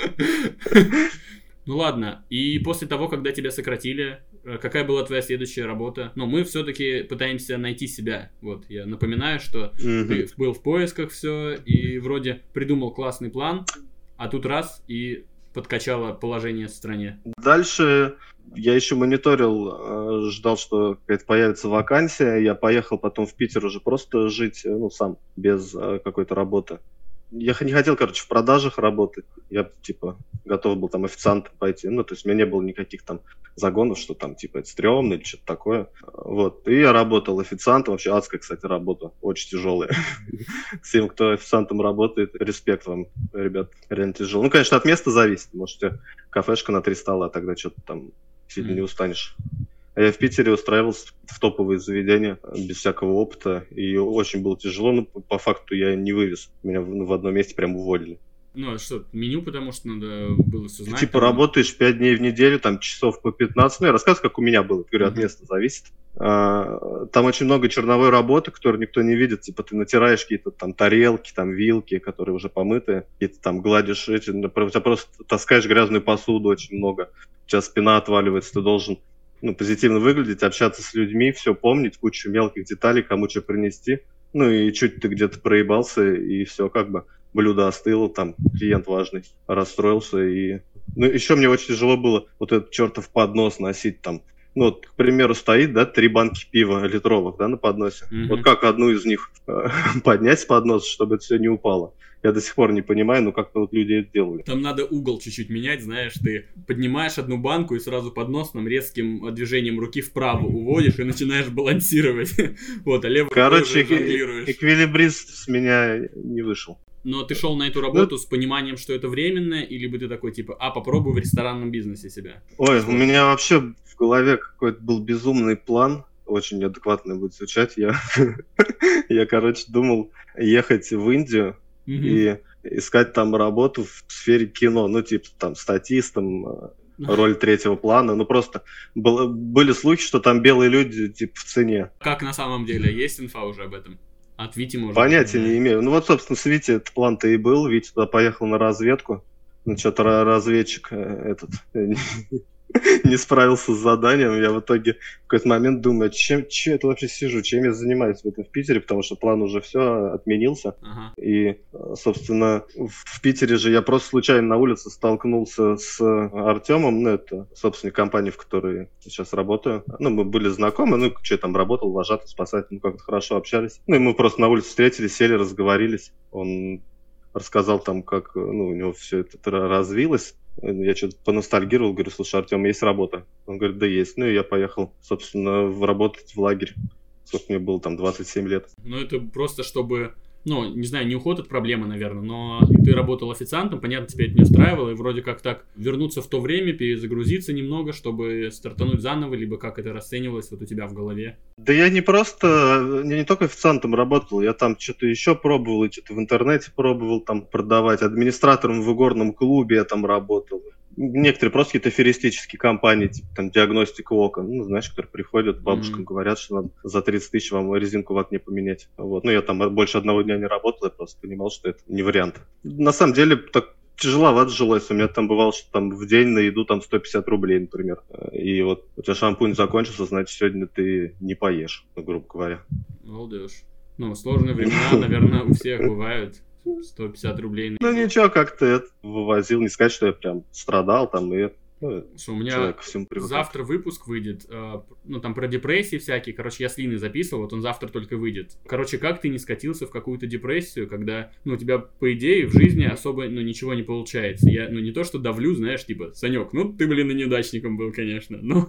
Ну ладно, и после того, когда тебя сократили, какая была твоя следующая работа? Ну, мы все-таки пытаемся найти себя. Вот, я напоминаю, что mm-hmm. ты был в поисках все, и вроде придумал классный план, а тут раз, и подкачало положение в стране. Дальше я еще мониторил, ждал, что какая-то появится вакансия. Я поехал потом в Питер уже просто жить, ну, сам, без какой-то работы. Я не хотел, короче, в продажах работать. Я, типа, готов был там официантом пойти. Ну, то есть у меня не было никаких там загонов, что там, типа, это стрёмно или что-то такое. Вот. И я работал официантом. Вообще адская, кстати, работа. Очень тяжелая. Всем, кто официантом работает, респект вам, ребят. Реально тяжело. Ну, конечно, от места зависит. Может, у тебя кафешка на три стола, а тогда что-то там сильно не устанешь. А я в Питере устраивался в топовые заведения без всякого опыта, и очень было тяжело, но по факту я не вывез. Меня в, в одном месте прям уволили. Ну, а что, меню, потому что надо было все знать? Типа там... работаешь пять дней в неделю, там часов по пятнадцать. Ну, я рассказываю, как у меня было, говорю, от места зависит. А, там очень много черновой работы, которую никто не видит. Типа ты натираешь какие-то там тарелки, там вилки, которые уже помытые, какие-то там гладишь эти, у тебя просто таскаешь грязную посуду очень много. У тебя спина отваливается, ты должен ну, позитивно выглядеть, общаться с людьми, все помнить, кучу мелких деталей, кому что принести. Ну и чуть ты где-то проебался, и все, как бы блюдо остыло, там клиент важный расстроился. И... Ну, еще мне очень тяжело было вот этот чертов поднос носить там. Ну, вот, к примеру, стоит, да, три банки пива литровых, да, на подносе. Mm-hmm. Вот как одну из них э, поднять с подноса, чтобы это все не упало? Я до сих пор не понимаю, ну как-то вот люди это делали. Там надо угол чуть-чуть менять, знаешь, ты поднимаешь одну банку и сразу подносным резким движением руки вправо уводишь и начинаешь балансировать. Вот, а левой Короче, эквилибрист с меня не вышел. Но ты шел на эту работу ну, с пониманием, что это временно, или бы ты такой, типа, а, попробуй в ресторанном бизнесе себя? Ой, что? У меня вообще в голове какой-то был безумный план, очень неадекватно будет звучать. Я, я короче, думал ехать в Индию mm-hmm. и искать там работу в сфере кино, ну, типа, там, статистом, роль третьего плана. Ну, просто было, были слухи, что там белые люди, типа, в цене. Как на самом деле? Есть инфа уже об этом? От Вити можно. Понятия не имею. Ну вот, собственно, с Вити этот план-то и был. Витя туда поехал на разведку. Ну, что-то разведчик этот не справился с заданием. Я в итоге в какой-то момент думаю, чем, чем я вообще сижу, чем я занимаюсь в этом в Питере, потому что план уже все отменился. Ага. И, собственно, в Питере же я просто случайно на улице столкнулся с Артемом, ну, это собственник компании, в которой сейчас работаю. Ну, мы были знакомы, ну, что я там работал, вожатый, спасатель, ну, как-то хорошо общались. Ну, и мы просто на улице встретились, сели, разговорились. Он рассказал там, как, ну, у него все это развилось. Я что-то поностальгировал, говорю, слушай, Артем, есть работа? Он говорит, да есть. Ну и я поехал, собственно, работать в лагерь. Сколько мне было, там, двадцать семь лет. Ну это просто чтобы, ну, не знаю, не уход от проблемы, наверное, но ты работал официантом, понятно, тебя это не устраивало, и вроде как так вернуться в то время, перезагрузиться немного, чтобы стартануть заново, либо как это расценивалось вот у тебя в голове? Да я не просто, не, не только официантом работал, я там что-то еще пробовал, и что-то в интернете пробовал там продавать, администратором в игорном клубе я там работал. Некоторые просто какие-то аферистические компании, типа там диагностика окон, ну, знаешь, которые приходят, бабушкам mm-hmm. говорят, что надо за тридцать тысяч вам резинку в окне поменять. Вот. Ну, я там больше одного дня не работал, я просто понимал, что это не вариант. На самом деле, так тяжеловато жилось. У меня там бывало, что там в день на еду там сто пятьдесят рублей, например. И вот у тебя шампунь закончился, значит, сегодня ты не поешь, ну, грубо говоря. Молодежь. Ну, сложные времена, наверное, у всех бывают. сто пятьдесят рублей. Ну ничего, как-то это вывозил. Не сказать, что я прям страдал там и... Ну, что у меня завтра выпуск выйдет, э, ну там про депрессии всякие, короче, я с Линой записывал, вот он завтра только выйдет. Короче, как ты не скатился в какую-то депрессию, когда, ну, у тебя, по идее, в жизни особо, ну, ничего не получается. Я, ну, не то, что давлю, знаешь, типа, Санек, ну, ты, блин, и неудачником был, конечно, но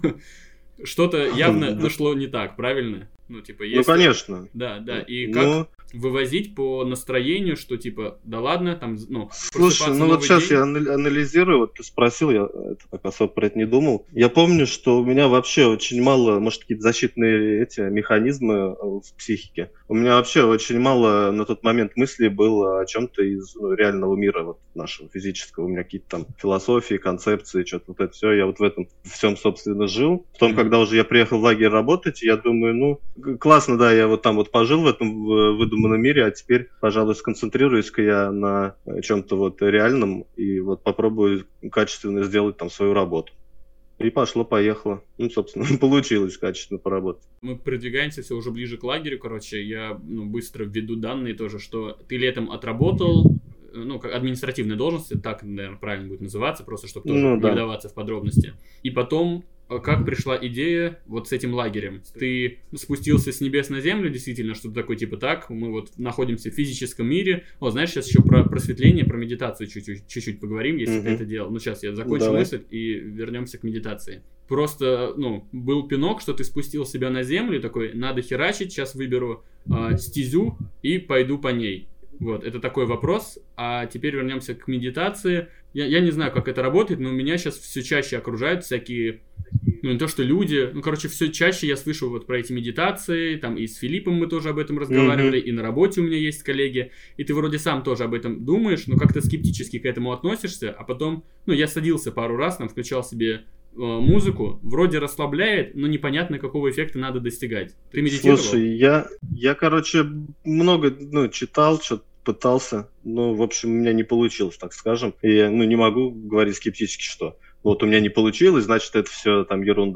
что-то явно нашло не так, правильно? Ну, типа, если... Ну, конечно. Да, да, и как... Но... вывозить по настроению, что типа, да ладно, там, ну... Слушай, ну вот сейчас день... я анализирую, вот ты спросил, я это так особо про это не думал. Я помню, что у меня вообще очень мало, может, какие-то защитные эти механизмы в психике. У меня вообще очень мало на тот момент мыслей было о чем-то из ну, реального мира вот, нашего физического. У меня какие-то там философии, концепции, что-то вот это все. Я вот в этом всем, собственно, жил. Потом, mm-hmm. когда уже я приехал в лагерь работать, я думаю, ну, классно, да, я вот там вот пожил в этом выдуманном мире, а теперь, пожалуй, сконцентрируюсь-ка я на чем-то вот реальном и вот попробую качественно сделать там свою работу. И пошло-поехало. Ну, собственно, получилось качественно поработать. Мы продвигаемся все уже ближе к лагерю, короче, я ну, быстро введу данные тоже, что ты летом отработал, ну, как административная должность, так, наверное, правильно будет называться, просто чтобы тоже ну, не да. вдаваться в подробности. И потом, как пришла идея вот с этим лагерем? Ты спустился с небес на землю, действительно, что-то такое, типа так, мы вот находимся в физическом мире. О, знаешь, сейчас еще про просветление, про медитацию чуть-чуть, чуть-чуть поговорим, если mm-hmm. ты это делал. Ну, сейчас я закончу Давай. мысль и вернемся к медитации. Просто, ну, был пинок, что ты спустил себя на землю, такой, надо херачить, сейчас выберу э, стезю и пойду по ней. Вот, это такой вопрос. А теперь вернемся к медитации. Я, я не знаю, как это работает, но меня сейчас все чаще окружают всякие, ну не то что люди, ну короче, все чаще я слышу вот про эти медитации, там и с Филиппом мы тоже об этом разговаривали, mm-hmm. и на работе у меня есть коллеги, и ты вроде сам тоже об этом думаешь, но как-то скептически к этому относишься, а потом, ну я садился пару раз, там включал себе э, музыку, вроде расслабляет, но непонятно, какого эффекта надо достигать. Ты медитировал? Слушай, я, я короче, много ну, читал, что-то пытался, но, в общем, у меня не получилось, так скажем. И я, ну, не могу говорить скептически, что вот у меня не получилось, значит, это все там ерунда.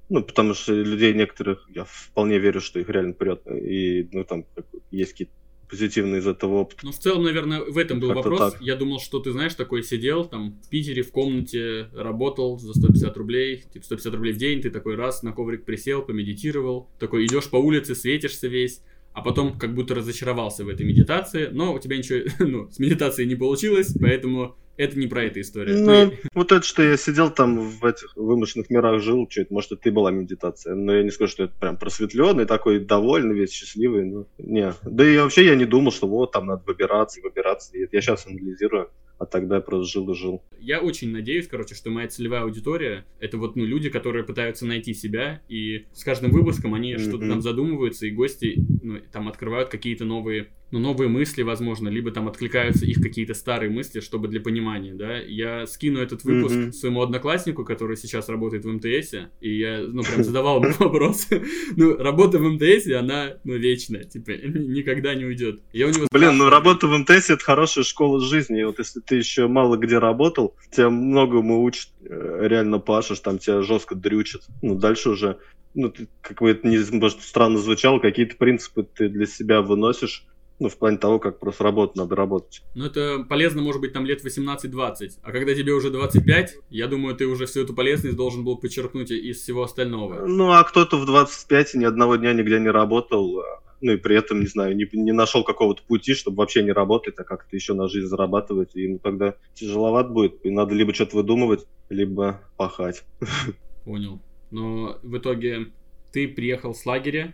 Ну, потому что людей некоторых, я вполне верю, что их реально прет. И, ну, там есть какие-то позитивный из этого опыта. Ну, в целом, наверное, в этом был Как-то вопрос. так. Я думал, что ты, знаешь, такой сидел там в Питере в комнате, работал за сто пятьдесят рублей, типа сто пятьдесят рублей в день, ты такой раз на коврик присел, помедитировал, такой идешь по улице, светишься весь, а потом как будто разочаровался в этой медитации, но у тебя ничего, ну, с медитацией не получилось, поэтому это не про эту историю. Ну, Ну, вот это, что я сидел там в этих вымышленных мирах, жил, что это, может, это и была медитация. Но я не скажу, что это прям просветленный, такой довольный, весь счастливый. Ну, не. Да и вообще я не думал, что вот там надо выбираться и выбираться. И я сейчас анализирую, а тогда я просто жил и жил. Я очень надеюсь, короче, что моя целевая аудитория — это вот, ну, люди, которые пытаются найти себя, и с каждым выпуском они mm-hmm. что-то там задумываются, и гости, ну, там открывают какие-то новые, ну, новые мысли, возможно, либо там откликаются их какие-то старые мысли, чтобы для понимания, да. Я скину этот выпуск mm-hmm. своему однокласснику, который сейчас работает в эм тэ эсе, и я, ну, прям задавал ему вопрос. Ну, работа в эм тэ эсе, она, ну, вечная, типа, никогда не уйдет. Блин, ну, работа в эм тэ эсе — это хорошая школа жизни, и вот если ты еще мало где работал, тебя многому учат, реально пашешь, там тебя жестко дрючат. Ну, дальше уже, ну, ты, как бы это не, может, странно звучало, какие-то принципы ты для себя выносишь, ну, в плане того, как просто работать надо работать. Ну, это полезно, может быть, там лет восемнадцать-двадцать. А когда тебе уже двадцать пять, я думаю, ты уже всю эту полезность должен был подчеркнуть из всего остального. Ну, а кто-то в двадцать пять ни одного дня нигде не работал, ну и при этом, не знаю, не, не нашел какого-то пути, чтобы вообще не работать, а как-то еще на жизнь зарабатывать, и ему тогда тяжеловато будет, и надо либо что-то выдумывать, либо пахать. Понял. Но в итоге ты приехал с лагеря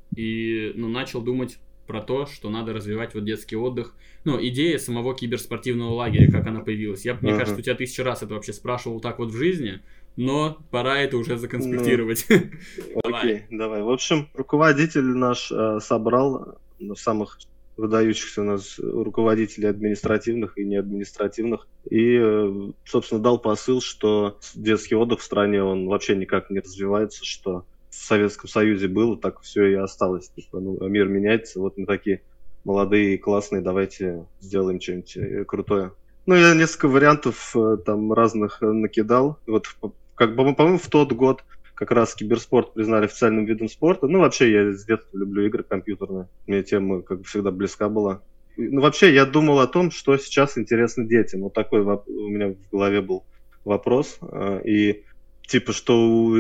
и, ну, начал думать про то, что надо развивать вот детский отдых. Ну, идея самого киберспортивного лагеря, как она появилась. Я, мне ага. кажется, у тебя тысячу раз это вообще спрашивал так вот в жизни, но пора это уже законспектировать. Ну, окей, давай. В общем, руководитель наш э, собрал ну, самых выдающихся у нас руководителей административных и неадминистративных и, э, собственно, дал посыл, что детский отдых в стране, он вообще никак не развивается, что в Советском Союзе было, так все и осталось. Типа, ну, мир меняется, вот мы такие молодые и классные, давайте сделаем что-нибудь крутое. Ну, я несколько вариантов э, там разных накидал. Вот как бы, по-моему, в тот год как раз киберспорт признали официальным видом спорта. Ну, вообще, я с детства люблю игры компьютерные. Мне тема, как бы, всегда близка была. Ну, вообще, я думал о том, что сейчас интересно детям. Вот такой воп- у меня в голове был вопрос. И, типа, что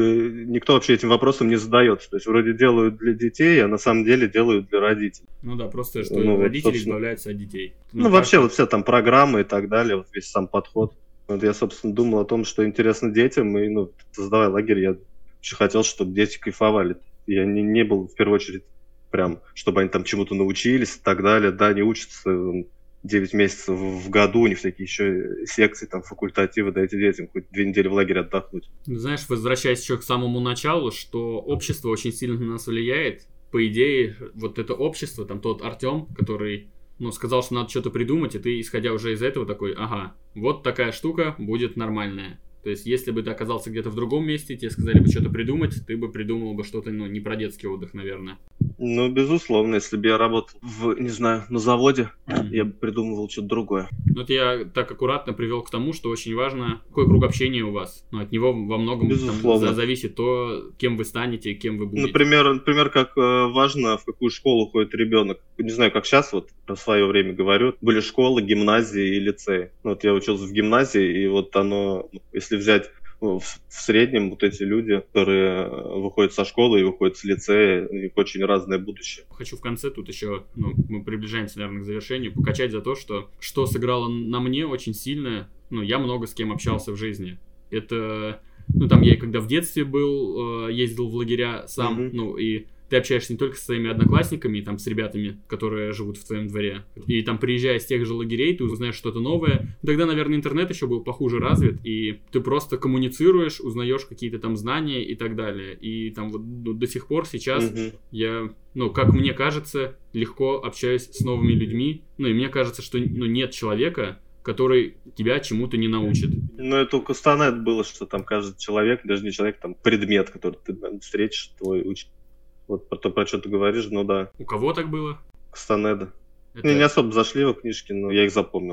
никто вообще этим вопросом не задается. То есть, вроде делают для детей, а на самом деле делают для родителей. Ну да, просто, что ну, родители вот, избавляются от детей. Ну, ну вообще, вот вся там программа и так далее, вот весь сам подход. Вот я, собственно, думал о том, что интересно детям, и, ну, создавая лагерь, я очень хотел, чтобы дети кайфовали. Я не, не был, в первую очередь, прям, чтобы они там чему-то научились и так далее. Да, они учатся девять месяцев в году, у них всякие еще секции, там, факультативы, дайте детям хоть две недели в лагере отдохнуть. Знаешь, возвращаясь еще к самому началу, что общество очень сильно на нас влияет. По идее, вот это общество, там тот Артем, который... ну, сказал, что надо что-то придумать, и ты, исходя уже из этого, такой, ага, вот такая штука будет нормальная. То есть, если бы ты оказался где-то в другом месте, тебе сказали бы что-то придумать, ты бы придумал бы что-то, ну, не про детский отдых, наверное. Ну, безусловно, если бы я работал в, не знаю, на заводе, mm-hmm. я бы придумывал что-то другое. Ну, это я так аккуратно привел к тому, что очень важно, какой круг общения у вас. Ну, от него во многом там, зависит то, кем вы станете, кем вы будете. Например, например, как э, важно, в какую школу ходит ребенок. Не знаю, как сейчас, вот про свое время говорю, были школы, гимназии и лицеи. Ну, вот я учился в гимназии, и вот оно, если взять в, в среднем, вот эти люди, которые выходят со школы и выходят с лицея, у них очень разное будущее. Хочу в конце тут еще, ну, мы приближаемся, наверное, к завершению, покачать за то, что что сыграло на мне очень сильно. Ну, я много с кем общался в жизни. Это, ну, там я когда в детстве был, ездил в лагеря сам, mm-hmm. ну, и ты общаешься не только со своими одноклассниками, там, с ребятами, которые живут в твоем дворе, и там, приезжая с тех же лагерей, ты узнаешь что-то новое. Тогда, наверное, интернет еще был похуже развит, и ты просто коммуницируешь, узнаешь какие-то там знания и так далее. И там вот ну, до сих пор сейчас mm-hmm. я, ну, как мне кажется, легко общаюсь с новыми людьми. Ну, и мне кажется, что ну, нет человека, который тебя чему-то не научит. Ну, это у Кастанет было, что там каждый человек, даже не человек, там предмет, который ты встретишь, твой учитель. Вот про то, про что ты говоришь, ну да. У кого так было? Кастанеда. Это... Мне не особо зашли его книжки, но я их запомнил.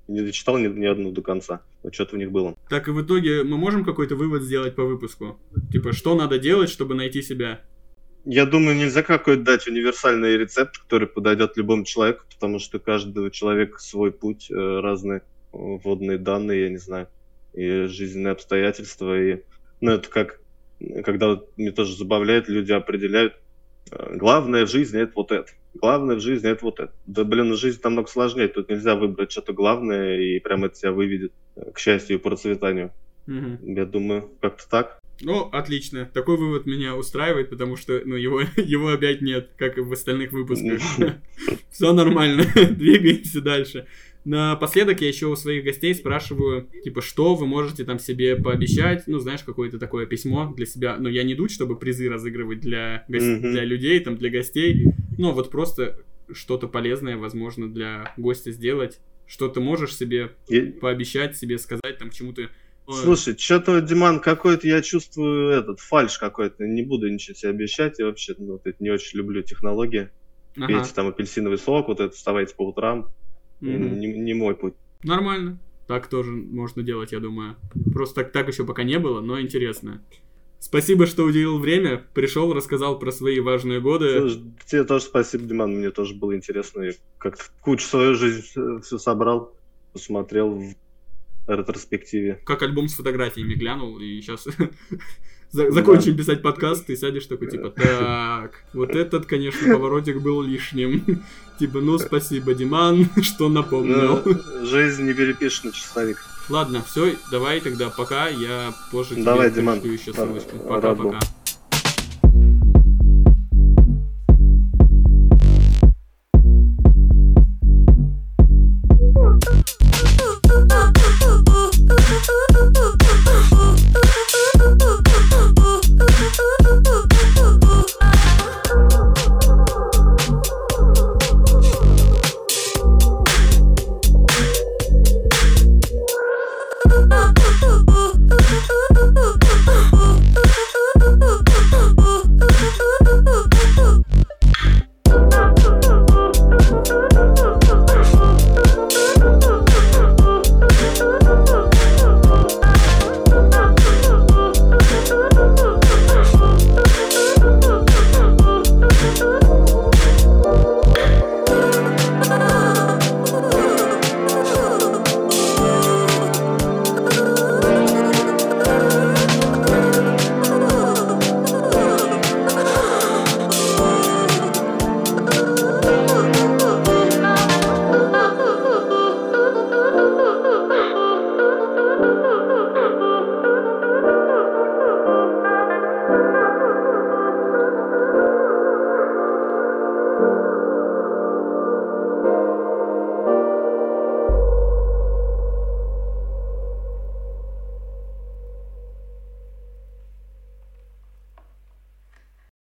не дочитал ни, ни одну до конца. Вот что-то в них было. Так и в итоге мы можем какой-то вывод сделать по выпуску? Типа, что надо делать, чтобы найти себя? Я думаю, нельзя какой-то дать универсальный рецепт, который подойдет любому человеку, потому что у каждого человека свой путь, разные вводные данные, я не знаю, и жизненные обстоятельства. И, ну, это как, когда вот меня тоже забавляет, люди определяют, главное в жизни это вот это, главное в жизни это вот это. Да, блин, жизнь намного сложнее, тут нельзя выбрать что-то главное, и прям это тебя выведет к счастью и процветанию. Угу. Я думаю, как-то так. Ну, отлично. Такой вывод меня устраивает, потому что, ну, его, его опять нет, как и в остальных выпусках. Все нормально, двигаемся дальше. Напоследок я еще у своих гостей спрашиваю, типа, что вы можете там себе пообещать, ну, знаешь, какое-то такое письмо для себя. Но я не дуть, чтобы призы разыгрывать для, го- для людей, там, для гостей. Ну, вот просто что-то полезное, возможно, для гостя сделать. Что ты можешь себе я... пообещать, себе сказать, там, к чему-то... Слушай, что-то, Диман, какой-то я чувствую этот фальшь какой-то. Не буду ничего себе обещать. Я вообще ну, вот, это не очень люблю технологии. Ага. Пейте там апельсиновый сок, вот это вставайте по утрам. Mm-hmm. Не, не мой путь. Нормально. Так тоже можно делать, я думаю. Просто так, так еще пока не было, но интересно. Спасибо, что уделил время. Пришел, рассказал про свои важные годы. Слушай, тебе тоже спасибо, Диман. Мне тоже было интересно. Я как-то кучу свою жизнь все собрал, посмотрел в ретроспективе. Как альбом с фотографиями глянул, и сейчас закончим писать подкаст, ты сядешь такой, типа, так, вот этот, конечно, поворотик был лишним. Типа, ну, спасибо, Диман, что напомнил. Жизнь не перепишешь на часовик. Ладно, все, давай тогда пока, я позже давай, тебе Диман. пришлю еще ссылочку. Пока-пока.